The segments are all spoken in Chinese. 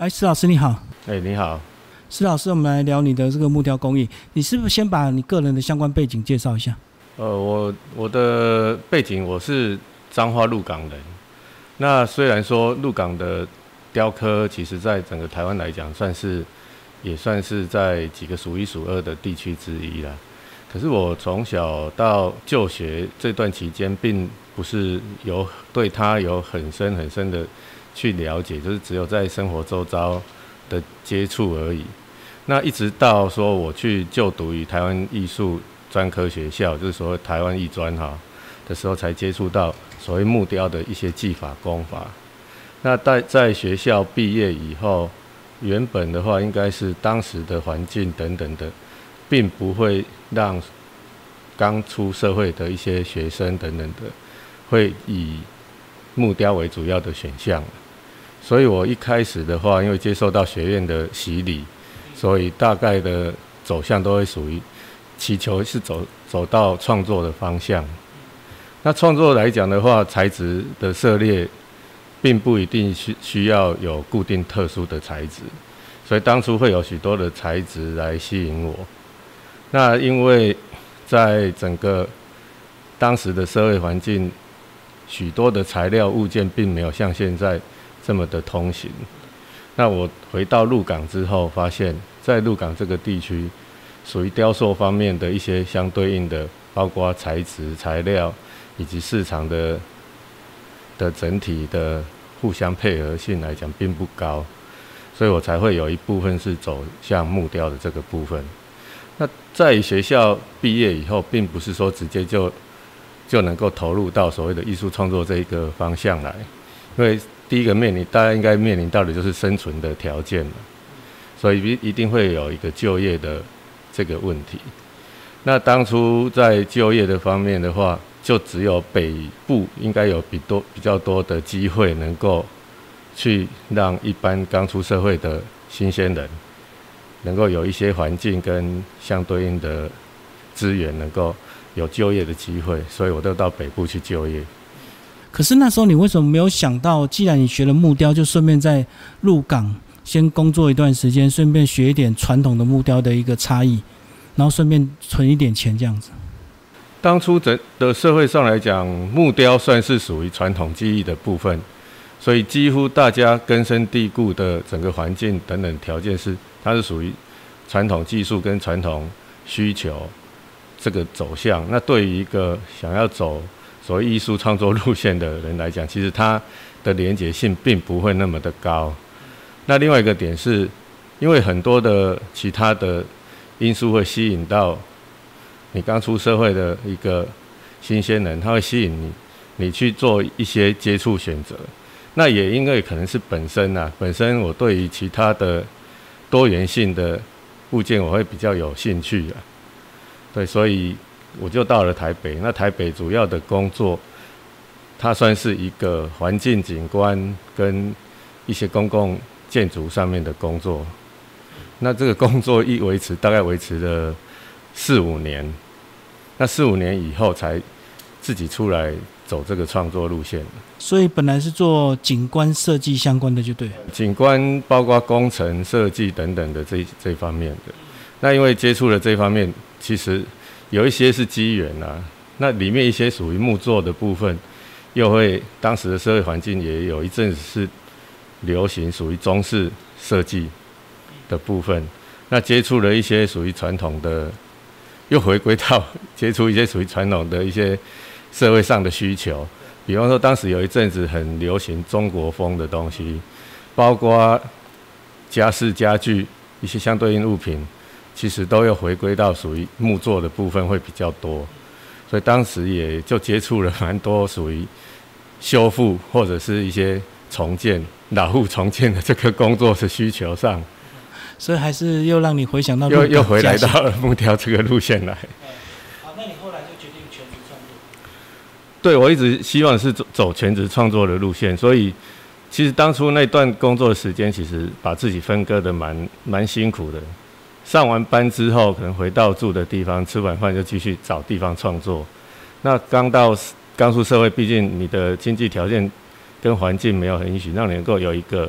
哎，施老师你好。 你好。 施老师，我们来聊你的这个木雕工艺。你是不是先把你个人的相关背景介绍一下？ 我的背景，我是彰化鹿港人。那虽然说鹿港的雕刻，其实在整个台湾来讲，也算是在几个数一数二的地区之一啦。可是我从小到就学这段期间，并不是对它有很深的去了解，就是只有在生活周遭的接触而已。那一直到说我去就读于台湾艺术专科学校，就是所谓台湾艺专的时候，才接触到所谓木雕的一些技法功法。那在学校毕业以后，原本的话应该是当时的环境等等的，并不会让刚出社会的一些学生等等的会以木雕为主要的选项。所以我一开始的话，因为接受到学院的洗礼，所以大概的走向都会属于祈求是走到创作的方向。那创作来讲的话，材质的涉猎并不一定需要有固定特殊的材质，所以当初会有许多的材质来吸引我。那因为在整个当时的社会环境，许多的材料物件并没有像现在这么的通行。那我回到鹿港之后，发现在鹿港这个地区，属于雕塑方面的一些相对应的，包括材质、材料以及市场的整体的互相配合性来讲并不高，所以我才会有一部分是走向木雕的这个部分。那在学校毕业以后，并不是说直接就能够投入到所谓的艺术创作这一个方向来，因为第一个大家应该面临到的就是生存的条件嘛，所以一定会有一个就业的这个问题。那当初在就业的方面的话，就只有北部应该有比较多的机会，能够去让一般刚出社会的新鲜人，能够有一些环境跟相对应的资源，能够有就业的机会，所以我都到北部去就业。 可是那时候你为什么没有想到，既然你学了木雕，就顺便在鹿港先工作一段时间，顺便学一点传统的木雕的一个差异，然后顺便存一点钱这样子？ 当初的社会上来讲，木雕算是属于传统技艺的部分，所以几乎大家根深蒂固的整个环境等等条件它是属于传统技术跟传统需求这个走向。那对于一个想要走所谓艺术创作路线的人来讲，其实它的连结性并不会那么的高。那另外一个点是，因为很多的其他的因素会吸引到你刚出社会的一个新鲜人，他会吸引你去做一些接触选择。那也因为可能是本身我对于其他的多元性的物件我会比较有兴趣啊。对，所以我就到了台北。那台北主要的工作，它算是一个环境景观跟一些公共建筑上面的工作。那这个工作大概维持了4-5年。那4-5年以后才自己出来走这个创作路线。 所以本来是做景观设计相关的就对了。 景观包括工程设计等等的这方面的。那因为接触了这方面，其实有一些是机缘啊。那里面一些属于木作的部分，又会当时的社会环境也有一阵子是流行属于中式设计的部分。那接触了一些属于传统的，又回归到接触一些属于传统的一些社会上的需求。比方说当时有一阵子很流行中国风的东西，包括家饰家具一些相对应物品，其实都要回归到属于木作的部分会比较多。所以当时也就接触了蛮多属于修复或者是一些重建老户重建的这个工作的需求上。 所以还是又让你回想到又回来到木雕这个路线来。 好，那你后来就决定全职创作？ 对，我一直希望是走全职创作的路线，所以其实当初那段工作的时间，其实把自己分割的蛮辛苦的。上完班之后，可能回到住的地方，吃完饭就继续找地方创作。那刚出社会，毕竟你的经济条件跟环境没有很允许，让你能够有一个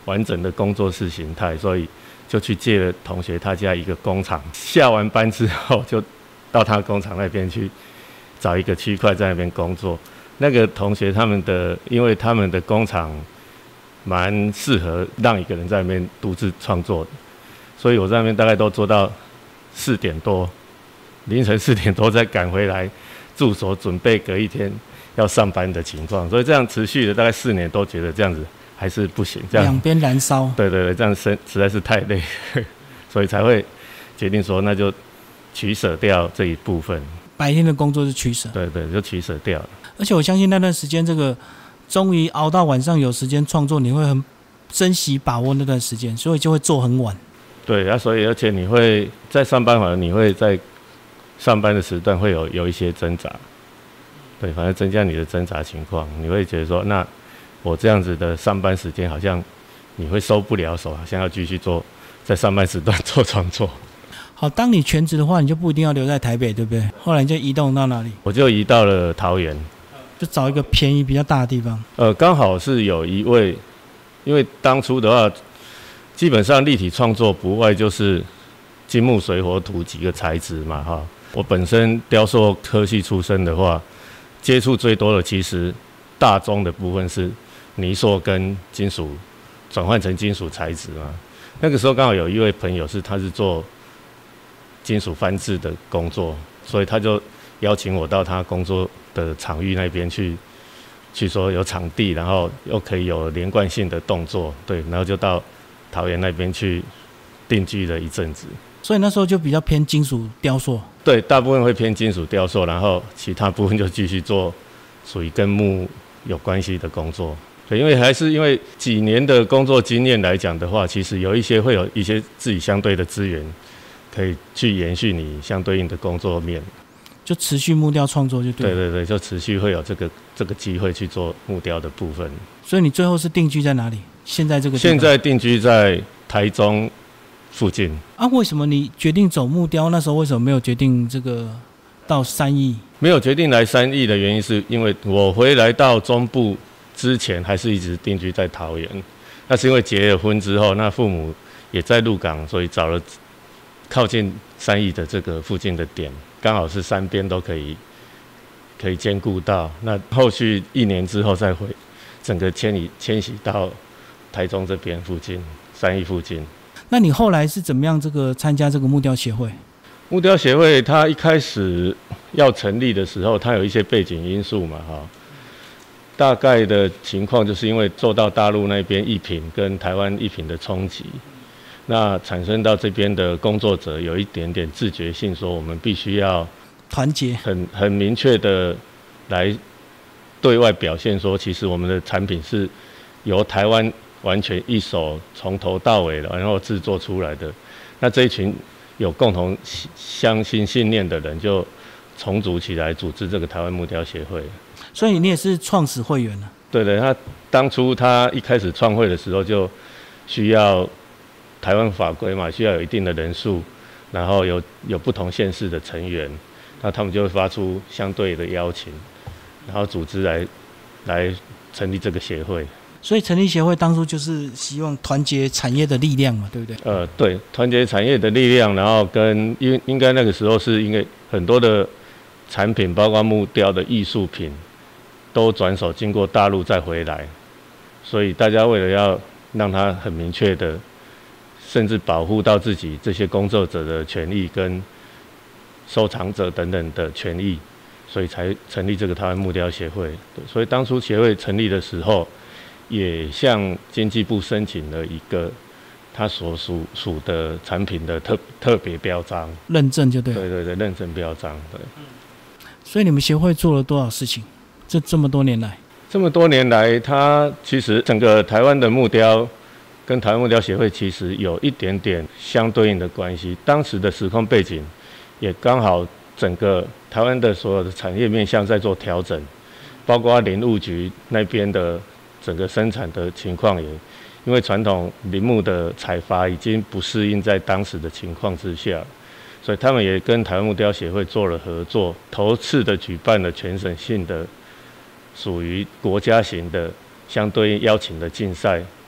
完整的工作室形态，所以就去借了同学他家一个工厂。下完班之后，就到他工厂那边去找一个区块在那边工作。那个同学因为他们的工厂蛮适合让一个人在那边独自创作的，所以我在那边大概都做到4点多，凌晨4点多再赶回来住所，准备隔一天要上班的情况。所以这样持续了大概4年，都觉得这样子还是不行，这样两边燃烧。 对对对，这样实在是太累，所以才会决定说那就取舍掉这一部分。 白天的工作是取舍。 对对，就取舍掉了。 而且我相信那段时间，这个终于熬到晚上有时间创作，你会很珍惜把握那段时间，所以就会做很晚。 对啊，所以而且你会在上班，反而你会在上班的时段会有一些挣扎。对，反正增加你的挣扎情况，你会觉得说，那我这样子的上班时间好像你会收不了手，好像要继续做在上班时段做创作。 好，当你全职的话，你就不一定要留在台北，对不对？后来你就移动到哪里？ 我就移到了桃园， 就找一个便宜比较大的地方。 刚好是有一位，因为当初的话，基本上立体创作不外就是金木水火土几个材质嘛，哈。我本身雕塑科系出身的话，接触最多的其实大宗的部分是泥塑跟金属转换成金属材质嘛。那个时候刚好有一位朋友他是做金属翻制的工作，所以他就邀请我到他工作的场域那边去说有场地，然后又可以有连贯性的动作，对，然后就到桃园那边去定居了一阵子。 所以那时候就比较偏金属雕塑。 对，大部分会偏金属雕塑，然后其他部分就继续做属于跟木有关系的工作。对，因为几年的工作经验来讲的话，其实会有一些自己相对的资源，可以去延续你相对应的工作面。 就持续木雕创作就对了。 对对对，就持续会有这个机会去做木雕的部分。 所以你最后是定居在哪里？现在这个地方？ 现在定居在台中附近。 啊，为什么你决定走木雕？那时候为什么没有决定这个到三义？ 没有决定来三义的原因，是因为我回来到中部之前，还是一直定居在桃园。那是因为结了婚之后，那父母也在鹿港，所以找了靠近三义的这个附近的点，刚好是三边都可以兼顾到。那后续1年之后再回，整个迁徙到台中这边附近，三义附近。 那你后来是怎么样参加这个木雕协会？ 木雕协会它一开始要成立的时候，它有一些背景因素嘛，哈。大概的情况就是因为受到大陆那边艺品跟台湾艺品的冲击，那产生到这边的工作者有一点点自觉性，说我们必须要团结， 很明确的来对外表现说，其实我们的产品是由台湾完全一手从头到尾然后制作出来的。那这一群有共同相信信念的人，就重组起来组织这个台湾木雕协会。 所以你也是创始会员啊？ 对对，他当初他一开始创会的时候，就需要台湾法规嘛，需要有一定的人数，然后有不同县市的成员，那他们就会发出相对的邀请，然后组织来成立这个协会。 所以成立协会当初就是希望团结产业的力量嘛，对不对？ 对，团结产业的力量，然后应该那个时候是因为很多的产品，包括木雕的艺术品，都转手经过大陆再回来，所以大家为了要让它很明确的，甚至保护到自己这些工作者的权益跟收藏者等等的权益，所以才成立这个台湾木雕协会。所以当初协会成立的时候，也向经济部申请了一个他所属的产品的特别标章认证，就对了。 对对对，认证标章。对。 所以你们协会做了多少事情？这么多年来？ 这么多年来，它其实整个台湾的木雕跟台湾木雕协会其实有一点点相对应的关系。当时的时空背景也刚好整个台湾的所有的产业面向在做调整，包括林务局那边的整个生产的情况也因为传统林木的采伐已经不适应在当时的情况之下，所以他们也跟台湾木雕协会做了合作，头次的举办了全省性的属于国家型的相对邀请的竞赛，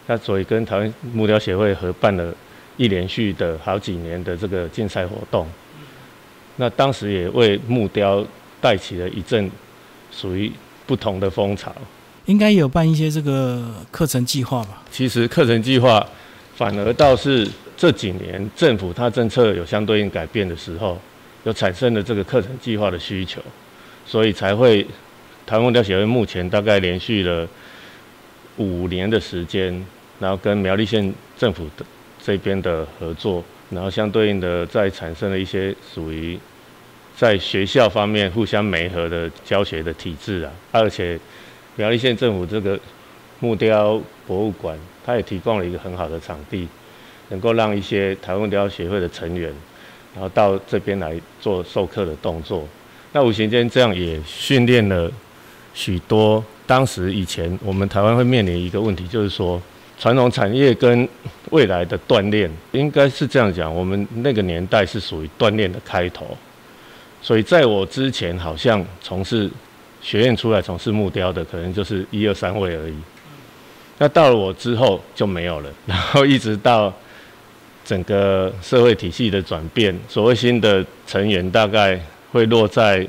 那所以跟台湾木雕协会合办了连续的好几年的这个竞赛活动。那当时也为木雕带起了一阵属于不同的风潮。 应该有办一些这个课程计划吧？ 其实课程计划反而倒是这几年政府它政策有相对应改变的时候，有产生了这个课程计划的需求，所以才会台湾木雕协会目前大概连续了5年的时间，然后跟苗栗县政府的这边的合作，然后相对应的再产生了一些属于在学校方面互相媒合的教学的体制啊，而且苗栗县政府这个木雕博物馆，它也提供了一个很好的场地，能够让一些台湾木雕协会的成员，然后到这边来做授课的动作。那无形间这样也训练了许多当时以前我们台湾会面临一个问题，就是说传统产业跟未来的锻炼，应该是这样讲，我们那个年代是属于锻炼的开头，所以在我之前好像从事学院出来从事木雕的，可能就是1、2、3位而已。那到了我之后就没有了，然后一直到整个社会体系的转变，所谓新的成员大概会落在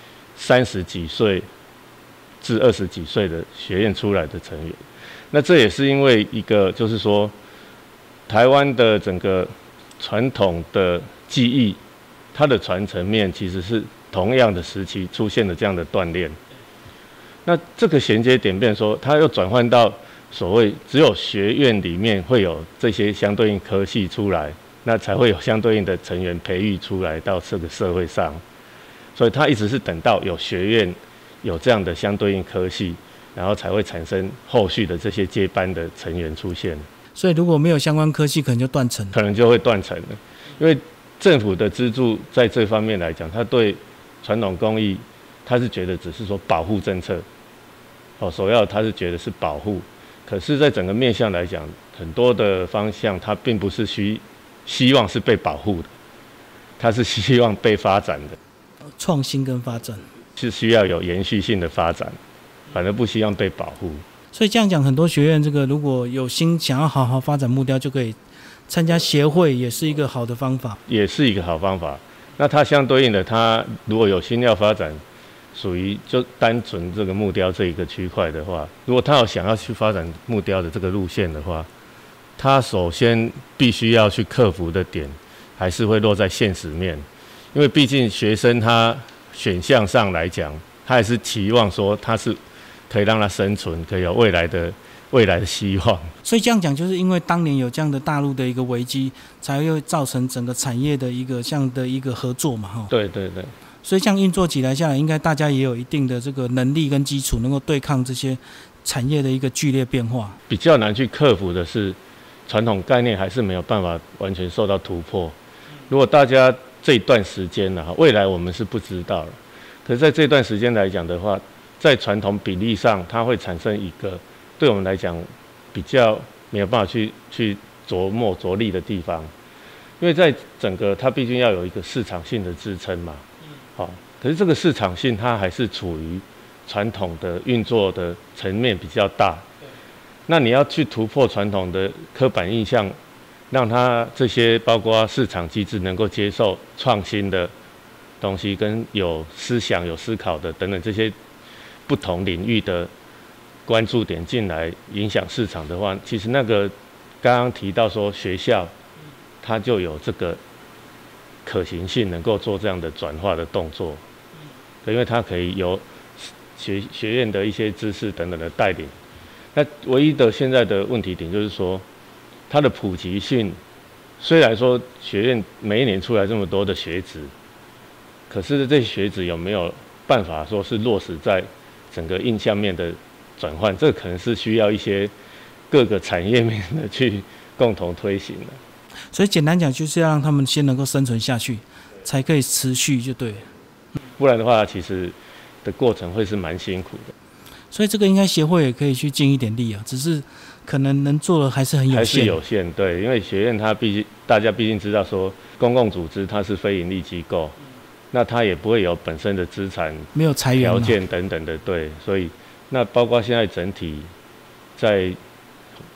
30几岁至20几岁的学院出来的成员。那这也是因为一个，就是说台湾的整个传统的技艺，它的传承面其实是同样的时期出现了这样的锻炼。那这个衔接点变成说，它又转换到所谓只有学院里面会有这些相对应科系出来，那才会有相对应的成员培育出来到这个社会上。所以它一直是等到有学院有这样的相对应科系，然后才会产生后续的这些接班的成员出现。 所以如果没有相关科系，可能就断层， 可能就会断层了。因为政府的资助在这方面来讲，它对传统工艺，它是觉得只是说保护政策，首要它是觉得是保护。可是，在整个面向来讲，很多的方向它并不是希望是被保护的，它是希望被发展的。 创新跟发展是需要有延续性的发展，反而不希望被保护。 所以这样讲，很多学院这个如果有心想要好好发展木雕，就可以参加协会，也是一个好的方法。 也是一个好方法。那它相对应的，它如果有心要发展，属于就单纯这个木雕这一个区块的话，如果他有想要去发展木雕的这个路线的话，他首先必须要去克服的点，还是会落在现实面，因为毕竟学生他选项上来讲，他还是期望说他是可以让他生存，可以有未来的希望。 所以这样讲，就是因为当年有这样的大陆的一个危机，才会造成整个产业的一个这样的一个合作嘛， 对对对。 所以这样运作起来下来，应该大家也有一定的这个能力跟基础，能够对抗这些产业的一个剧烈变化。 比较难去克服的是传统概念还是没有办法完全受到突破。如果大家这一段时间未来我们是不知道了，可是在这段时间来讲的话，在传统比例上，它会产生一个对我们来讲比较没有办法去琢磨着力的地方，因为在整个它毕竟要有一个市场性的支撑嘛。可是这个市场性它还是处于传统的运作的层面比较大。那你要去突破传统的刻板印象，让它这些包括市场机制能够接受创新的东西，跟有思想、有思考的等等这些不同领域的关注点进来影响市场的话，其实那个刚刚提到说学校它就有这个可行性，能够做这样的转化的动作。因为它可以由学院的一些知识等等的带领。那唯一的现在的问题点就是说，它的普及性，虽然说学院每一年出来这么多的学子，可是这些学子有没有办法说是落实在整个印象面的转换？这可能是需要一些各个产业面的去共同推行的。 所以简单讲，就是要让他们先能够生存下去，才可以持续，就对了。 不然的话，其实的过程会是蛮辛苦的。 所以这个应该协会也可以去尽一点力啊，只是可能能做的还是很有限。还是有限，对，因为学院它大家毕竟知道说，公共组织它是非营利机构，那它也不会有本身的资产、 没有裁员条件等等的，对，所以那包括现在整体在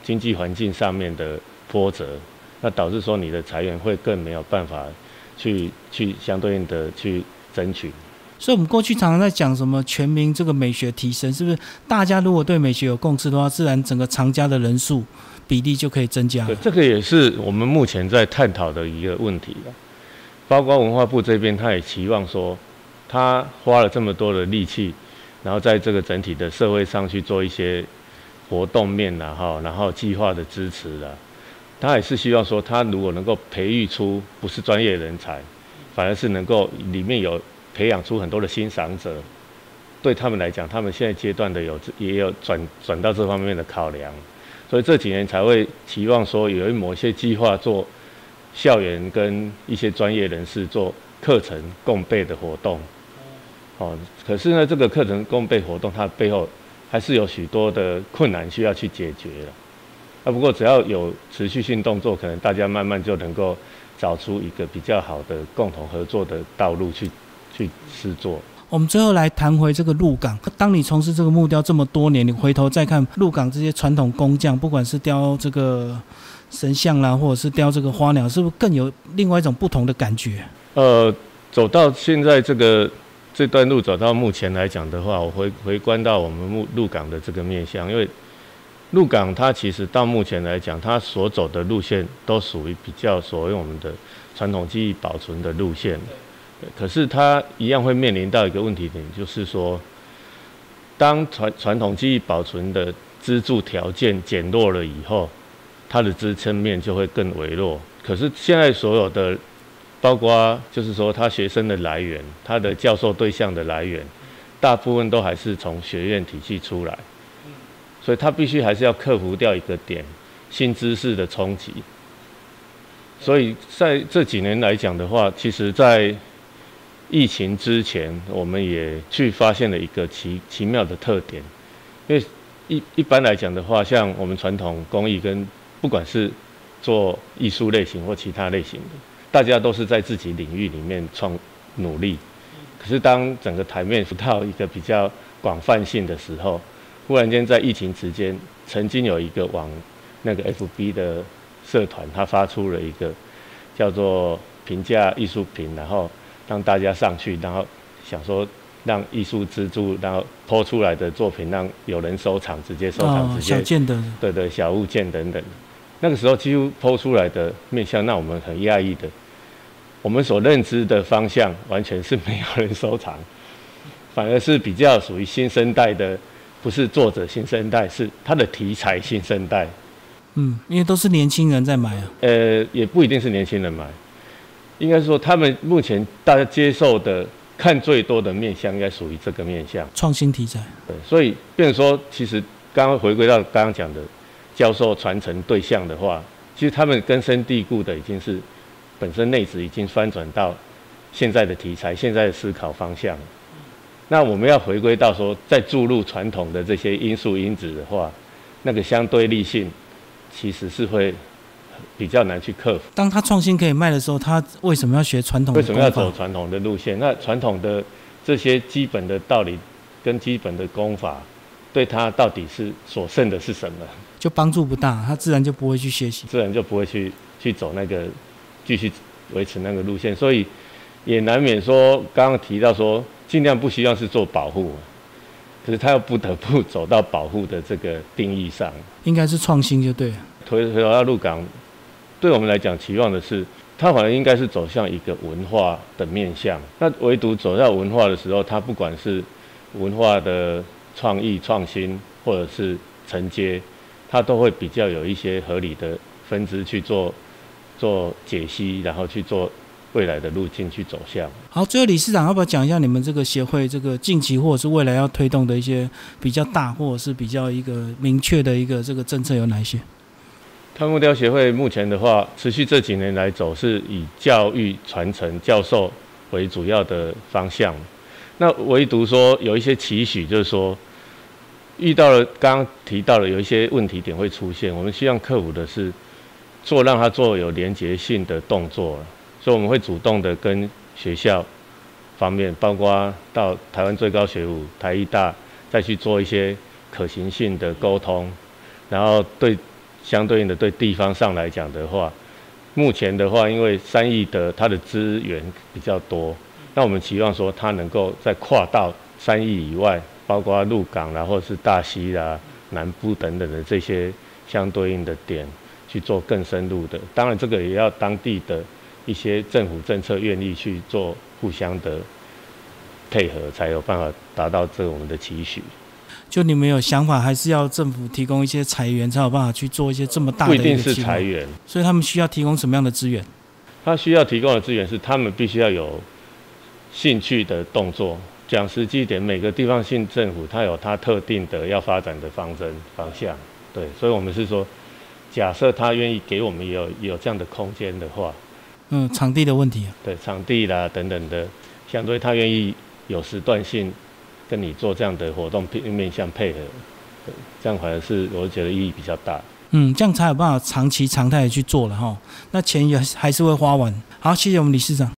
经济环境上面的波折，那导致说你的财源会更没有办法去相对应的去争取。 所以，我们过去常常在讲什么全民这个美学提升，是不是？大家如果对美学有共识的话，自然整个藏家的人数比例就可以增加了。 对，这个也是我们目前在探讨的一个问题了。包括文化部这边，他也期望说，他花了这么多的力气，然后在这个整体的社会上去做一些活动面然后计划的支持他也是希望说，他如果能够培育出不是专业人才，反而是能够里面有培养出很多的欣赏者，对他们来讲，他们现在阶段的也有转到这方面的考量，所以这几年才会期望说有某些计划做校园跟一些专业人士做课程共备的活动。可是呢，这个课程共备活动它背后还是有许多的困难需要去解决了。不过只要有持续性动作，可能大家慢慢就能够找出一个比较好的共同合作的道路去施作。 我们最后来谈回这个鹿港。当你从事这个木雕这么多年，你回头再看鹿港这些传统工匠，不管是雕这个神像啦，或者是雕这个花鸟，是不是更有另外一种不同的感觉？ 走到现在这段路走到目前来讲的话，我回观到我们鹿港的这个面向，因为鹿港它其实到目前来讲，它所走的路线都属于比较所谓我们的传统技艺保存的路线。可是它一样会面临到一个问题点，就是说，当传统技艺保存的支柱条件减弱了以后，它的支撑面就会更微弱。可是现在所有的，包括就是说他学生的来源，他的教授对象的来源，大部分都还是从学院体系出来，所以他必须还是要克服掉一个点，新知识的冲击。所以在这几年来讲的话，其实在疫情之前，我们也去发现了一个奇妙的特点，因为一般来讲的话，像我们传统工艺跟不管是做艺术类型或其他类型的，大家都是在自己领域里面努力。可是当整个台面到一个比较广泛性的时候，忽然间在疫情期间，曾经有一个往那个 FB 的社团，他发出了一个叫做评价艺术品，然后让大家上去，然后想说让艺术支柱，然后po出来的作品让有人收藏，直接收藏，直接小件的， 对小物件等等。那个时候几乎po出来的面向，让我们很讶异的，我们所认知的方向完全是没有人收藏，反而是比较属于新生代的，不是作者新生代，是他的题材新生代。 因为都是年轻人在买啊。 也不一定是年轻人买。应该说，他们目前大家接受的、看最多的面向，应该属于这个面向， 创新题材。 对，所以变成说，其实刚刚回归到刚刚讲的教授传承对象的话，其实他们根深蒂固的已经是本身内质已经翻转到现在的题材、现在的思考方向。那我们要回归到说，再注入传统的这些因素因子的话，那个相对立性其实是会比较难去克服。 当他创新可以卖的时候，他为什么要学传统的为什么要走传统的路线？那传统的这些基本的道理跟基本的功法，对他到底是所剩的是什么？ 就帮助不大，他自然就不会去学习， 自然就不会去走那个继续维持那个路线。所以也难免说，刚刚提到说，尽量不希望是做保护，可是他又不得不走到保护的这个定义上， 应该是创新就对了。 回头到鹿港，对我们来讲，期望的是，它反而应该是走向一个文化的面向。那唯独走到文化的时候，它不管是文化的创意创新，或者是承接，它都会比较有一些合理的分支去做解析，然后去做未来的路径去走向。 好，最后理事长要不要讲一下你们这个协会这个近期或者是未来要推动的一些比较大或者是比较一个明确的一个这个政策有哪些？ 台湾木雕协会目前的话，持续这几年来走是以教育传承、教授为主要的方向。那唯独说有一些期许，就是说遇到了刚刚提到了有一些问题点会出现，我们希望克服的是让它做有连结性的动作。所以我们会主动的跟学校方面，包括到台湾最高学府台艺大，再去做一些可行性的沟通，然后对相对应的对地方上来讲的话，目前的话，因为3亿的它的资源比较多，那我们期望说它能够再跨到3亿以外，包括鹿港啦，或者是大溪啦、南部等等的这些相对应的点去做更深入的。当然，这个也要当地的一些政府政策愿意去做互相的配合，才有办法达到这我们的期许。 就你们有想法，还是要政府提供一些财源，才有办法去做一些这么大的一个计划？ 不一定是财源， 所以他们需要提供什么样的资源？ 他需要提供的资源是他们必须要有兴趣的动作。讲实际一点，每个地方性政府它有它特定的要发展的方针方向，对，所以我们是说，假设他愿意给我们有这样的空间的话， 场地的问题对，场地啦等等的，相对他愿意有时段性跟你做这样的活动面向配合，对，这样反而是我觉得意义比较大。 这样才有办法长期常态的去做了哈。那钱也还是会花完。好，谢谢我们理事长。